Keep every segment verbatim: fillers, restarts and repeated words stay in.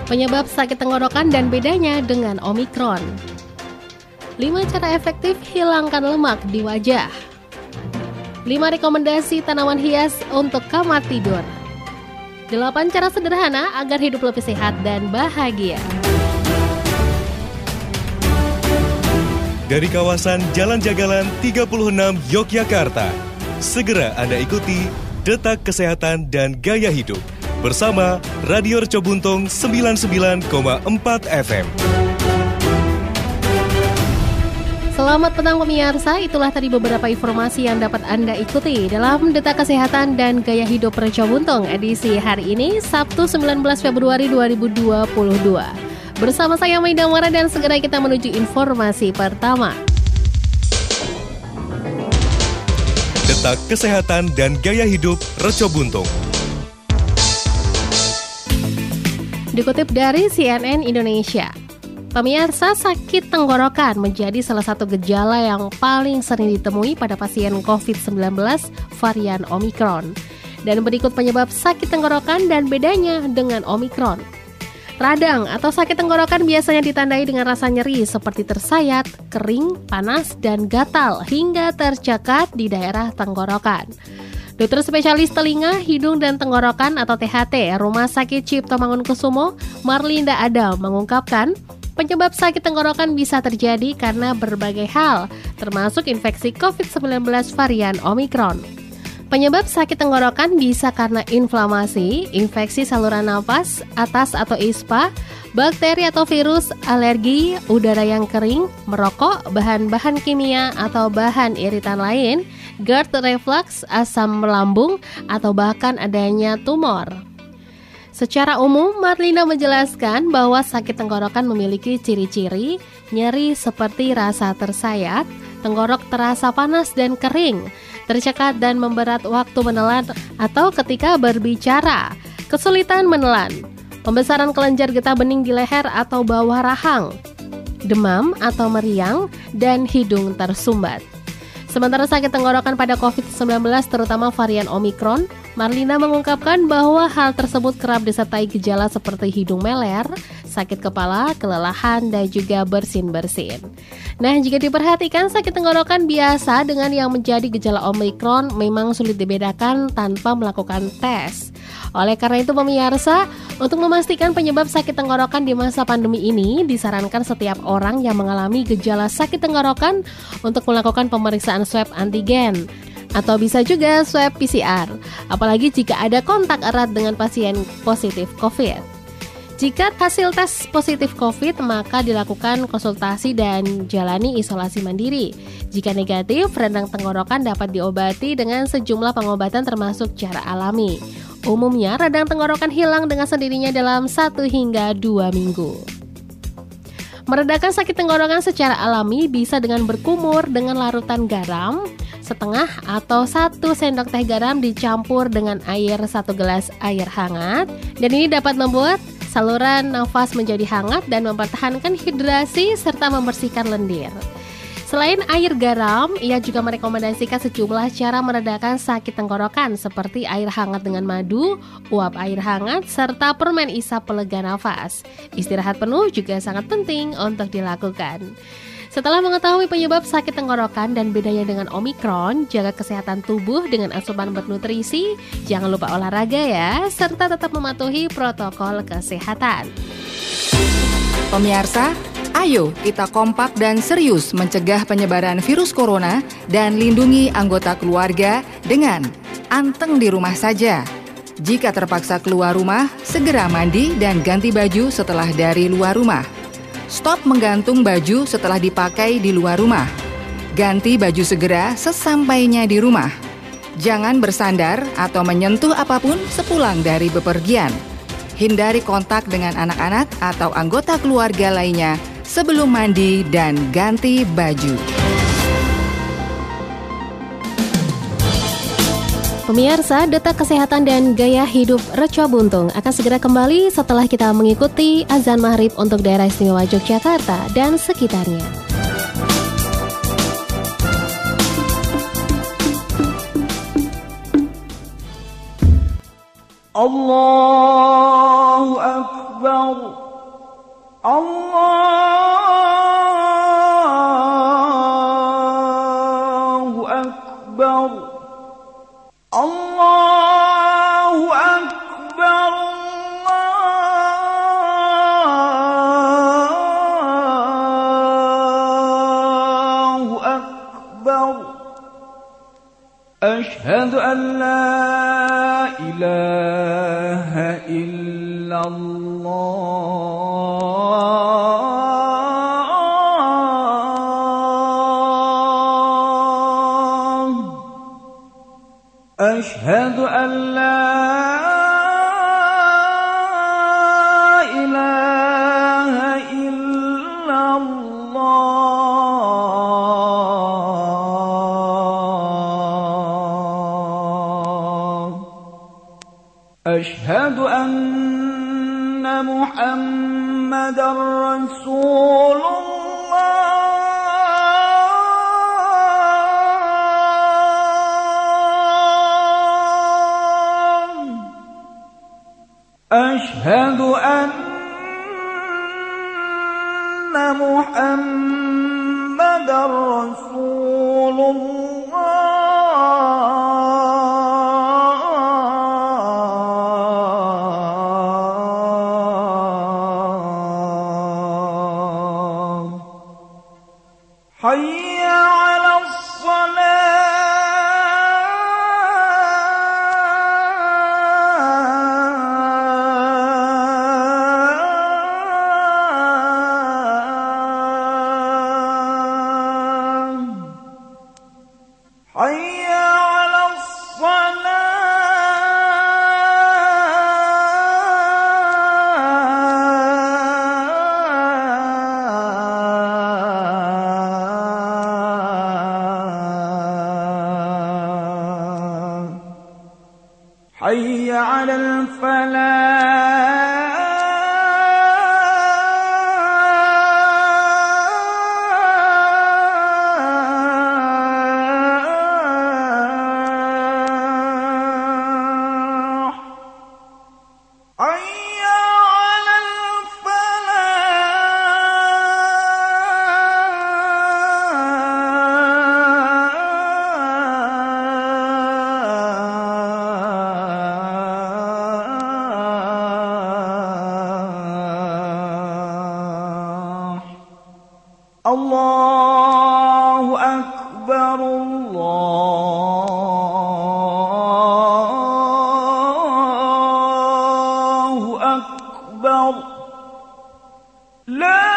Penyebab sakit tenggorokan dan bedanya dengan Omikron. lima cara efektif hilangkan lemak di wajah. lima rekomendasi tanaman hias untuk kamar tidur. delapan cara sederhana agar hidup lebih sehat dan bahagia. Dari kawasan Jalan Jagalan tiga puluh enam Yogyakarta, segera Anda ikuti Detak Kesehatan dan Gaya Hidup bersama Radio Reco Buntung sembilan puluh sembilan koma empat F M. Selamat petang pemirsa, itulah tadi beberapa informasi yang dapat Anda ikuti dalam Detak Kesehatan dan Gaya Hidup Reco Buntung edisi hari ini, Sabtu sembilan belas Februari dua ribu dua puluh dua. Bersama saya Maida Mara dan segera kita menuju informasi pertama. Detak Kesehatan dan Gaya Hidup Reco Buntung. Dikutip dari C N N Indonesia, pemirsa, sakit tenggorokan menjadi salah satu gejala yang paling sering ditemui pada pasien covid sembilan belas varian Omikron. Dan berikut penyebab sakit tenggorokan dan bedanya dengan Omikron. Radang atau sakit tenggorokan biasanya ditandai dengan rasa nyeri seperti tersayat, kering, panas, dan gatal hingga tercekat di daerah tenggorokan. Dokter spesialis telinga, hidung, dan tenggorokan atau T H T Rumah Sakit Cipto Mangunkusumo, Marlinda Adam mengungkapkan, penyebab sakit tenggorokan bisa terjadi karena berbagai hal, termasuk infeksi covid sembilan belas varian Omikron. Penyebab sakit tenggorokan bisa karena inflamasi, infeksi saluran nafas, atas atau ispa, bakteri atau virus, alergi, udara yang kering, merokok, bahan-bahan kimia atau bahan iritan lain, GERD reflux, asam lambung, atau bahkan adanya tumor. Secara umum, Marlina menjelaskan bahwa sakit tenggorokan memiliki ciri-ciri nyeri seperti rasa tersayat, tenggorok terasa panas dan kering, tercekat dan memberat waktu menelan atau ketika berbicara, kesulitan menelan, pembesaran kelenjar getah bening di leher atau bawah rahang, demam atau meriang, dan hidung tersumbat. Sementara sakit tenggorokan pada covid sembilan belas terutama varian Omikron, Marlina mengungkapkan bahwa hal tersebut kerap disertai gejala seperti hidung meler, sakit kepala, kelelahan, dan juga bersin-bersin. Nah, jika diperhatikan sakit tenggorokan biasa dengan yang menjadi gejala Omikron memang sulit dibedakan tanpa melakukan tes. Oleh karena itu pemirsa, untuk memastikan penyebab sakit tenggorokan di masa pandemi ini, disarankan setiap orang yang mengalami gejala sakit tenggorokan untuk melakukan pemeriksaan swab antigen atau bisa juga swab P C R, apalagi jika ada kontak erat dengan pasien positif COVID. Jika hasil tes positif COVID, maka dilakukan konsultasi dan jalani isolasi mandiri. Jika negatif, radang tenggorokan dapat diobati dengan sejumlah pengobatan termasuk cara alami. Umumnya, radang tenggorokan hilang dengan sendirinya dalam satu hingga dua minggu. Meredakan sakit tenggorokan secara alami bisa dengan berkumur dengan larutan garam, setengah atau satu sendok teh garam dicampur dengan air satu gelas air hangat. Dan ini dapat membuat saluran nafas menjadi hangat dan mempertahankan hidrasi serta membersihkan lendir. Selain air garam, ia juga merekomendasikan sejumlah cara meredakan sakit tenggorokan seperti air hangat dengan madu, uap air hangat, serta permen isap pelega nafas. Istirahat penuh juga sangat penting untuk dilakukan. Setelah mengetahui penyebab sakit tenggorokan dan bedanya dengan Omikron, jaga kesehatan tubuh dengan asupan bernutrisi, jangan lupa olahraga ya, serta tetap mematuhi protokol kesehatan. Pemirsa, ayo kita kompak dan serius mencegah penyebaran virus corona dan lindungi anggota keluarga dengan anteng di rumah saja. Jika terpaksa keluar rumah, segera mandi dan ganti baju setelah dari luar rumah. Stop menggantung baju setelah dipakai di luar rumah. Ganti baju segera sesampainya di rumah. Jangan bersandar atau menyentuh apapun sepulang dari bepergian. Hindari kontak dengan anak-anak atau anggota keluarga lainnya sebelum mandi dan ganti baju. Pemirsa, Detak Kesehatan dan Gaya Hidup Reco Buntung akan segera kembali setelah kita mengikuti azan maghrib untuk daerah istimewa Yogyakarta dan sekitarnya. Allahu Akbar. أكبر الله أكبر الله أكبر الله أكبر أشهد أن لا إله إلا الله أشهد أن لا إله إلا الله أشهد أن محمدًا رسول الله أشهد أن محمدًا رسول الله حي على الصلاة حي على الصلاة حي على الفلاح حي على الفلاح الله أكبر الله أكبر لا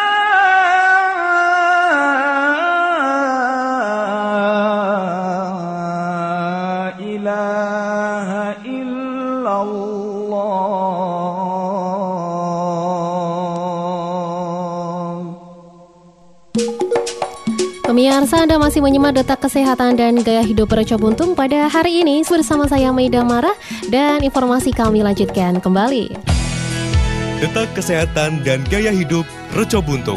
إله إلا الله. Pemirsa, Anda masih menyimak Detak Kesehatan dan Gaya Hidup Reco Buntung pada hari ini bersama saya Maida Mara, dan informasi kami lanjutkan kembali. Detak Kesehatan dan Gaya Hidup Reco Buntung.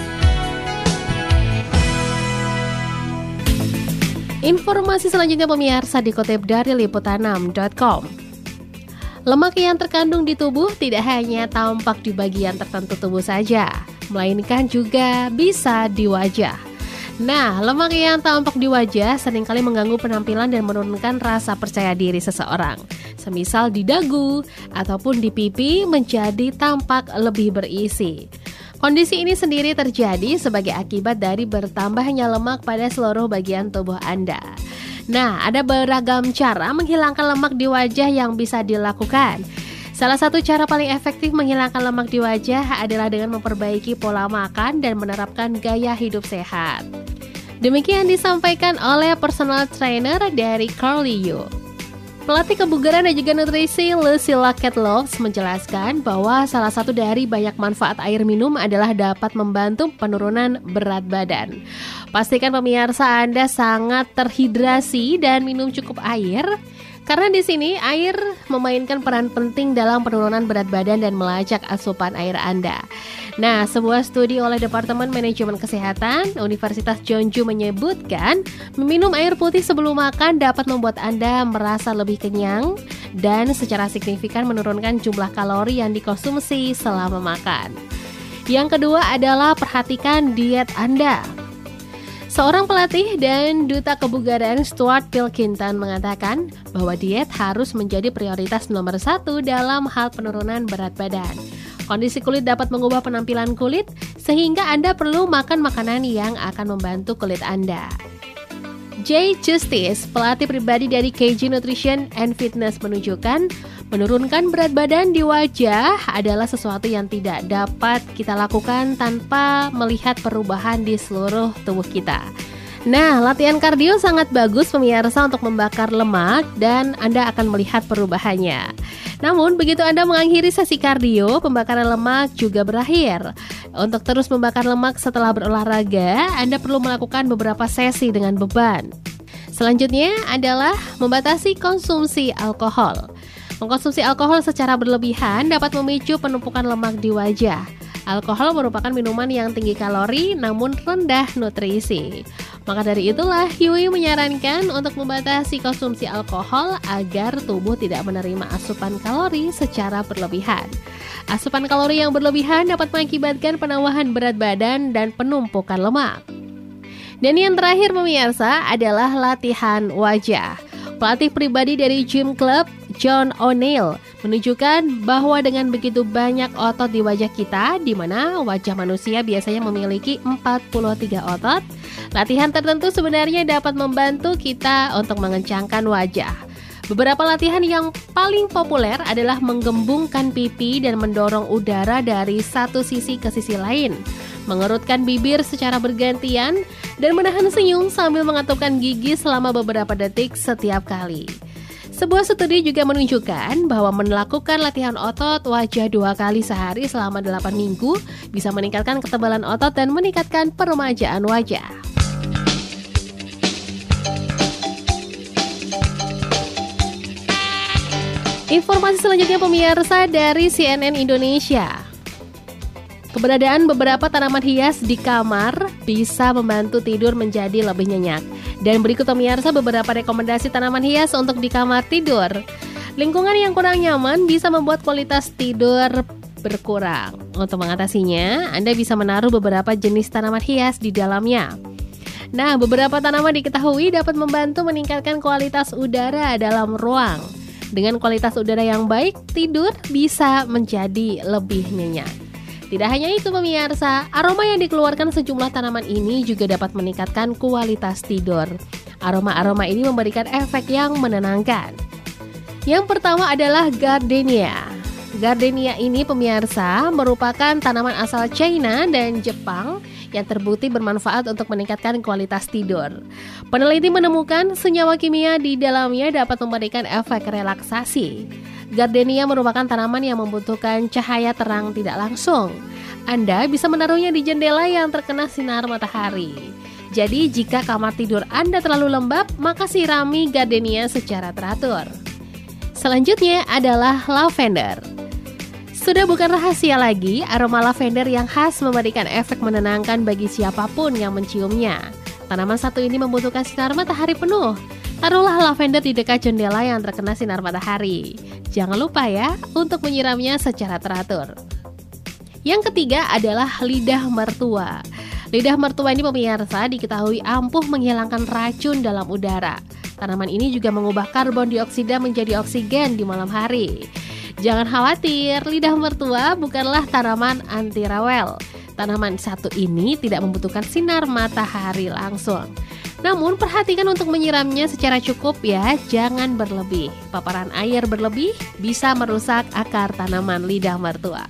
Informasi selanjutnya pemirsa dikutip dari liputan enam titik com. Lemak yang terkandung di tubuh tidak hanya tampak di bagian tertentu tubuh saja, melainkan juga bisa di wajah. Nah, lemak yang tampak di wajah seringkali mengganggu penampilan dan menurunkan rasa percaya diri seseorang. Semisal di dagu ataupun di pipi menjadi tampak lebih berisi. Kondisi ini sendiri terjadi sebagai akibat dari bertambahnya lemak pada seluruh bagian tubuh Anda. Nah, ada beragam cara menghilangkan lemak di wajah yang bisa dilakukan. Salah satu cara paling efektif menghilangkan lemak di wajah adalah dengan memperbaiki pola makan dan menerapkan gaya hidup sehat. Demikian disampaikan oleh personal trainer dari Carly You. Pelatih kebugaran dan juga nutrisi Lucilla Ketlows menjelaskan bahwa salah satu dari banyak manfaat air minum adalah dapat membantu penurunan berat badan. Pastikan pemirsa Anda sangat terhidrasi dan minum cukup air, karena di sini air memainkan peran penting dalam penurunan berat badan dan melacak asupan air Anda. Nah, sebuah studi oleh Departemen Manajemen Kesehatan Universitas Jeonju menyebutkan meminum air putih sebelum makan dapat membuat Anda merasa lebih kenyang dan secara signifikan menurunkan jumlah kalori yang dikonsumsi selama makan. Yang kedua adalah perhatikan diet Anda. Seorang pelatih dan duta kebugaran Stuart Pilkington mengatakan bahwa diet harus menjadi prioritas nomor satu dalam hal penurunan berat badan. Kondisi kulit dapat mengubah penampilan kulit, sehingga Anda perlu makan makanan yang akan membantu kulit Anda. Jay Justice, pelatih pribadi dari K G Nutrition and Fitness menunjukkan, menurunkan berat badan di wajah adalah sesuatu yang tidak dapat kita lakukan tanpa melihat perubahan di seluruh tubuh kita. Nah, latihan kardio sangat bagus pemirsa untuk membakar lemak dan Anda akan melihat perubahannya. Namun, begitu Anda mengakhiri sesi kardio, pembakaran lemak juga berakhir. Untuk terus membakar lemak setelah berolahraga, Anda perlu melakukan beberapa sesi dengan beban. Selanjutnya adalah membatasi konsumsi alkohol. Mengkonsumsi alkohol secara berlebihan dapat memicu penumpukan lemak di wajah. Alkohol merupakan minuman yang tinggi kalori namun rendah nutrisi. Maka dari itulah Yui menyarankan untuk membatasi konsumsi alkohol agar tubuh tidak menerima asupan kalori secara berlebihan. Asupan kalori yang berlebihan dapat mengakibatkan penambahan berat badan dan penumpukan lemak. Dan yang terakhir pemirsa adalah latihan wajah. Pelatih pribadi dari Gym Club, John O'Neill, menunjukkan bahwa dengan begitu banyak otot di wajah kita, di mana wajah manusia biasanya memiliki empat puluh tiga otot, latihan tertentu sebenarnya dapat membantu kita untuk mengencangkan wajah. Beberapa latihan yang paling populer adalah menggembungkan pipi dan mendorong udara dari satu sisi ke sisi lain, mengerutkan bibir secara bergantian, dan menahan senyum sambil mengatupkan gigi selama beberapa detik setiap kali. Sebuah studi juga menunjukkan bahwa melakukan latihan otot wajah dua kali sehari selama delapan minggu bisa meningkatkan ketebalan otot dan meningkatkan peremajaan wajah. Informasi selanjutnya pemirsa dari C N N Indonesia. Keberadaan beberapa tanaman hias di kamar bisa membantu tidur menjadi lebih nyenyak. Dan berikut pemirsa beberapa rekomendasi tanaman hias untuk di kamar tidur. Lingkungan yang kurang nyaman bisa membuat kualitas tidur berkurang. Untuk mengatasinya, Anda bisa menaruh beberapa jenis tanaman hias di dalamnya. Nah, beberapa tanaman diketahui dapat membantu meningkatkan kualitas udara dalam ruang. Dengan kualitas udara yang baik, tidur bisa menjadi lebih nyenyak. Tidak hanya itu pemirsa, aroma yang dikeluarkan sejumlah tanaman ini juga dapat meningkatkan kualitas tidur. Aroma-aroma ini memberikan efek yang menenangkan. Yang pertama adalah gardenia. Gardenia ini pemirsa merupakan tanaman asal China dan Jepang yang terbukti bermanfaat untuk meningkatkan kualitas tidur. Peneliti menemukan senyawa kimia di dalamnya dapat memberikan efek relaksasi. Gardenia merupakan tanaman yang membutuhkan cahaya terang tidak langsung. Anda bisa menaruhnya di jendela yang terkena sinar matahari. Jadi jika kamar tidur Anda terlalu lembab, maka sirami gardenia secara teratur. Selanjutnya adalah lavender. Sudah bukan rahasia lagi, aroma lavender yang khas memberikan efek menenangkan bagi siapapun yang menciumnya. Tanaman satu ini membutuhkan sinar matahari penuh. Taruhlah lavender di dekat jendela yang terkena sinar matahari. Jangan lupa ya untuk menyiramnya secara teratur. Yang ketiga adalah lidah mertua. Lidah mertua ini pemirsa diketahui ampuh menghilangkan racun dalam udara. Tanaman ini juga mengubah karbon dioksida menjadi oksigen di malam hari. Jangan khawatir, lidah mertua bukanlah tanaman anti rewel. Tanaman satu ini tidak membutuhkan sinar matahari langsung. Namun perhatikan untuk menyiramnya secara cukup ya, jangan berlebih. Paparan air berlebih bisa merusak akar tanaman lidah mertua.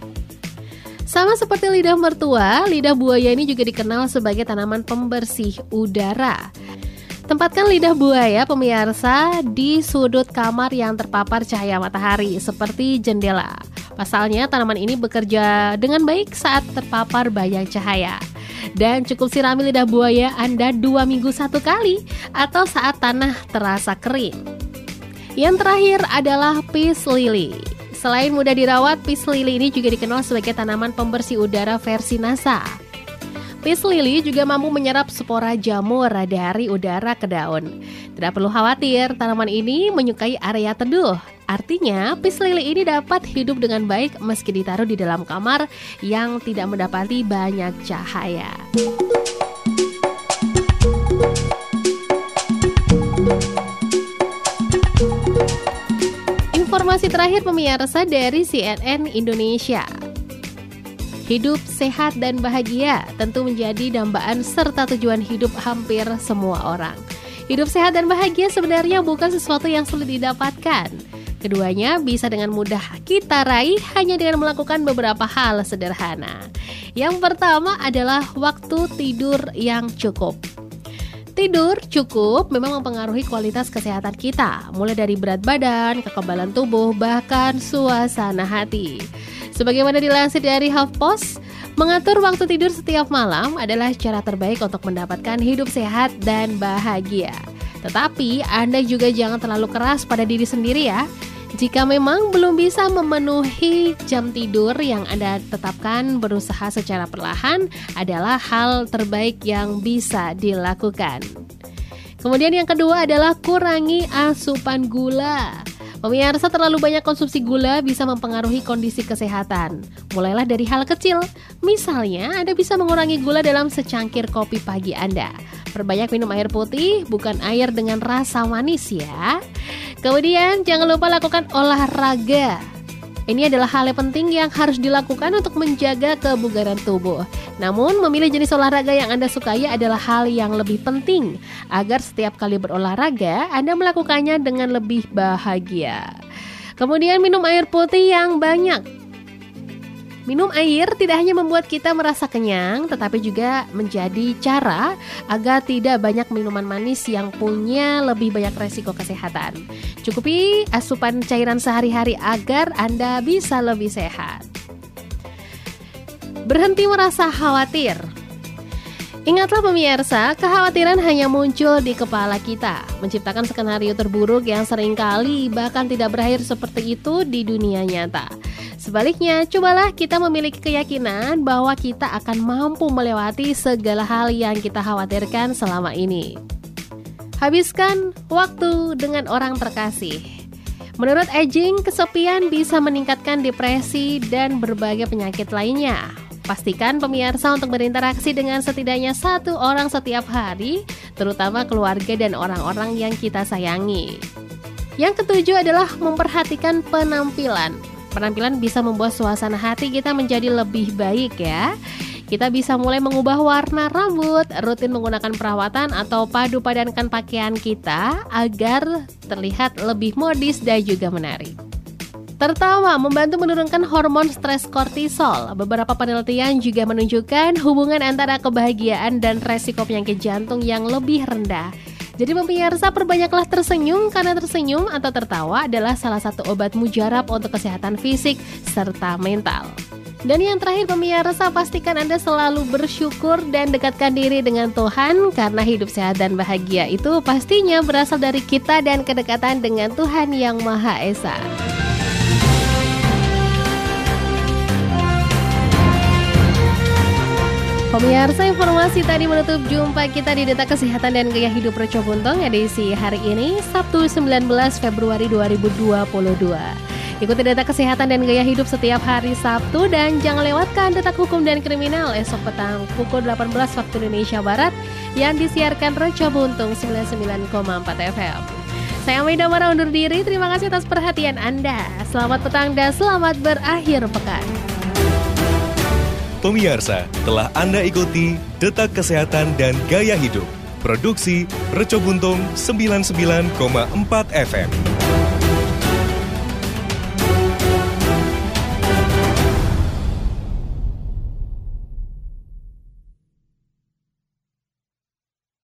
Sama seperti lidah mertua, lidah buaya ini juga dikenal sebagai tanaman pembersih udara. Tempatkan lidah buaya pemirsa di sudut kamar yang terpapar cahaya matahari seperti jendela. Pasalnya tanaman ini bekerja dengan baik saat terpapar banyak cahaya. Dan cukup sirami lidah buaya Anda dua minggu satu kali atau saat tanah terasa kering. Yang terakhir adalah peace lily. Selain mudah dirawat, Peace Lily ini juga dikenal sebagai tanaman pembersih udara versi NASA. Peace Lily juga mampu menyerap spora jamur dari udara ke daun. Tidak perlu khawatir, tanaman ini menyukai area teduh. Artinya, Peace Lily ini dapat hidup dengan baik meski ditaruh di dalam kamar yang tidak mendapati banyak cahaya. Informasi terakhir pemirsa dari C N N Indonesia. Hidup sehat dan bahagia tentu menjadi dambaan serta tujuan hidup hampir semua orang. Hidup sehat dan bahagia sebenarnya bukan sesuatu yang sulit didapatkan. Keduanya bisa dengan mudah kita raih hanya dengan melakukan beberapa hal sederhana. Yang pertama adalah waktu tidur yang cukup. Tidur cukup memang mempengaruhi kualitas kesehatan kita, mulai dari berat badan, kekebalan tubuh, bahkan suasana hati. Sebagaimana dilansir dari HuffPost, mengatur waktu tidur setiap malam adalah cara terbaik untuk mendapatkan hidup sehat dan bahagia. Tetapi Anda juga jangan terlalu keras pada diri sendiri ya. Jika memang belum bisa memenuhi jam tidur yang Anda tetapkan, berusaha secara perlahan adalah hal terbaik yang bisa dilakukan. Kemudian yang kedua adalah kurangi asupan gula. Pemirsa, terlalu banyak konsumsi gula bisa mempengaruhi kondisi kesehatan. Mulailah dari hal kecil. Misalnya, Anda bisa mengurangi gula dalam secangkir kopi pagi Anda. Perbanyak minum air putih, bukan air dengan rasa manis ya. Kemudian, jangan lupa lakukan olahraga. Ini adalah hal yang penting yang harus dilakukan untuk menjaga kebugaran tubuh. Namun, memilih jenis olahraga yang Anda sukai adalah hal yang lebih penting agar setiap kali berolahraga, Anda melakukannya dengan lebih bahagia. Kemudian, minum air putih yang banyak. Minum air tidak hanya membuat kita merasa kenyang, tetapi juga menjadi cara agar tidak banyak minuman manis yang punya lebih banyak resiko kesehatan. Cukupi asupan cairan sehari-hari agar Anda bisa lebih sehat. Berhenti merasa khawatir. Ingatlah pemirsa, kekhawatiran hanya muncul di kepala kita, menciptakan skenario terburuk yang seringkali bahkan tidak berakhir seperti itu di dunia nyata. Sebaliknya, cobalah kita memiliki keyakinan bahwa kita akan mampu melewati segala hal yang kita khawatirkan selama ini. Habiskan waktu dengan orang terkasih. Menurut Aging, kesepian bisa meningkatkan depresi dan berbagai penyakit lainnya. Pastikan pemirsa untuk berinteraksi dengan setidaknya satu orang setiap hari, terutama keluarga dan orang-orang yang kita sayangi. Yang ketujuh adalah memperhatikan penampilan. Penampilan bisa membuat suasana hati kita menjadi lebih baik ya. Kita bisa mulai mengubah warna rambut, rutin menggunakan perawatan atau padu padankan pakaian kita agar terlihat lebih modis dan juga menarik. Pertama, membantu menurunkan hormon stres kortisol. Beberapa penelitian juga menunjukkan hubungan antara kebahagiaan dan resiko penyakit jantung yang lebih rendah. Jadi pemirsa, perbanyaklah tersenyum karena tersenyum atau tertawa adalah salah satu obat mujarab untuk kesehatan fisik serta mental. Dan yang terakhir pemirsa, pastikan Anda selalu bersyukur dan dekatkan diri dengan Tuhan karena hidup sehat dan bahagia itu pastinya berasal dari kita dan kedekatan dengan Tuhan Yang Maha Esa. Pemirsa, informasi tadi menutup jumpa kita di Data Kesehatan dan Gaya Hidup Reco Buntung edisi hari ini, Sabtu sembilan belas Februari dua ribu dua puluh dua. Ikuti Data Kesehatan dan Gaya Hidup setiap hari Sabtu dan jangan lewatkan Detak Hukum dan Kriminal esok petang pukul delapan belas waktu Indonesia Barat yang disiarkan Reco Buntung sembilan puluh sembilan koma empat F M. Saya Maida Mara undur diri, terima kasih atas perhatian Anda. Selamat petang dan selamat berakhir pekan. Pemirsa, telah Anda ikuti Detak Kesehatan dan Gaya Hidup. Produksi Reco Buntung sembilan puluh sembilan koma empat F M.